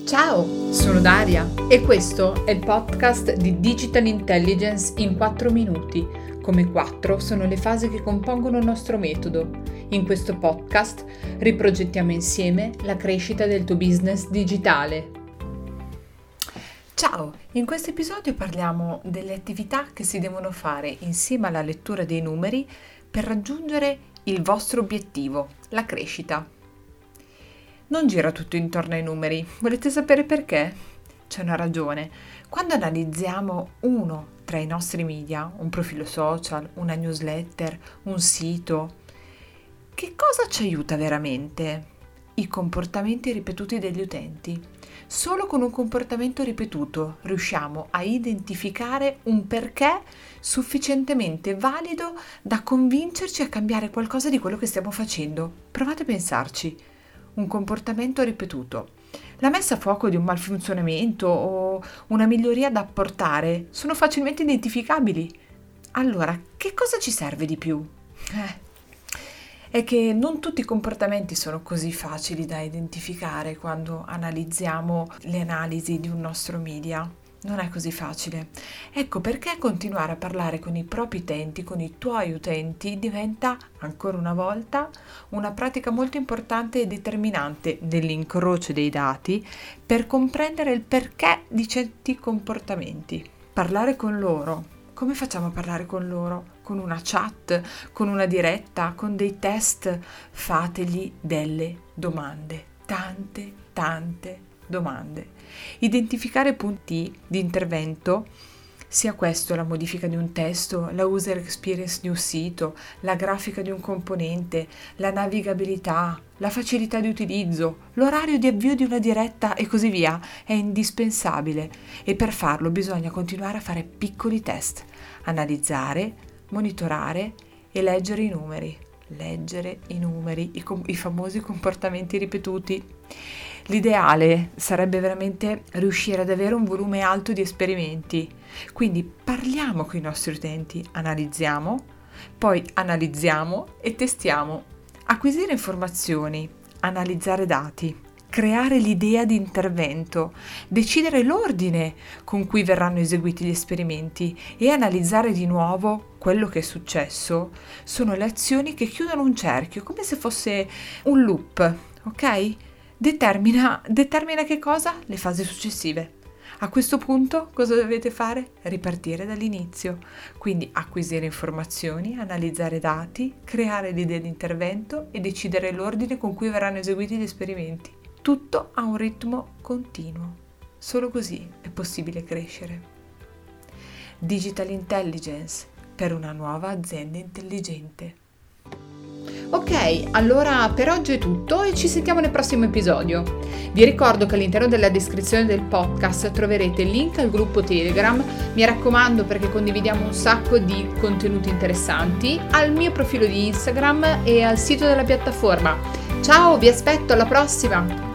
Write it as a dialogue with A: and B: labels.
A: Ciao, sono Daria e questo è il podcast di Digital Intelligence in 4 minuti. Come 4 sono le fasi che compongono il nostro metodo. In questo podcast riprogettiamo insieme la crescita del tuo business digitale. Ciao, in questo episodio parliamo delle attività che si devono fare insieme alla lettura dei numeri per raggiungere il vostro obiettivo, la crescita. Non gira tutto intorno ai numeri. Volete sapere perché? C'è una ragione. Quando analizziamo uno tra i nostri media, un profilo social, una newsletter, un sito, che cosa ci aiuta veramente? I comportamenti ripetuti degli utenti. Solo con un comportamento ripetuto riusciamo a identificare un perché sufficientemente valido da convincerci a cambiare qualcosa di quello che stiamo facendo. Provate a pensarci. Un comportamento ripetuto. La messa a fuoco di un malfunzionamento o una miglioria da apportare sono facilmente identificabili. Allora, che cosa ci serve di più? È che non tutti i comportamenti sono così facili da identificare quando analizziamo le analisi di un nostro media. Non è così facile. Ecco perché continuare a parlare con i propri utenti, con i tuoi utenti, diventa, ancora una volta, una pratica molto importante e determinante nell'incrocio dei dati per comprendere il perché di certi comportamenti. Parlare con loro. Come facciamo a parlare con loro? Con una chat, con una diretta, con dei test? Fategli delle domande. Tante domande. Identificare punti di intervento, sia questo la modifica di un testo, la user experience di un sito, la grafica di un componente, la navigabilità, la facilità di utilizzo, l'orario di avvio di una diretta e così via, è indispensabile e per farlo bisogna continuare a fare piccoli test, analizzare, monitorare e leggere i numeri. I famosi comportamenti ripetuti. L'ideale sarebbe veramente riuscire ad avere un volume alto di esperimenti. Quindi parliamo con i nostri utenti, analizziamo, poi analizziamo e testiamo. Acquisire informazioni, analizzare dati, creare l'idea di intervento, decidere l'ordine con cui verranno eseguiti gli esperimenti e analizzare di nuovo quello che è successo sono le azioni che chiudono un cerchio, come se fosse un loop, ok? Determina che cosa? Le fasi successive. A questo punto cosa dovete fare? Ripartire dall'inizio. Quindi acquisire informazioni, analizzare dati, creare l'idea di intervento e decidere l'ordine con cui verranno eseguiti gli esperimenti. Tutto a un ritmo continuo. Solo così è possibile crescere. Digital Intelligence per una nuova azienda intelligente. Ok, allora per oggi è tutto e ci sentiamo nel prossimo episodio. Vi ricordo che all'interno della descrizione del podcast troverete il link al gruppo Telegram, mi raccomando perché condividiamo un sacco di contenuti interessanti, al mio profilo di Instagram e al sito della piattaforma. Ciao, vi aspetto alla prossima!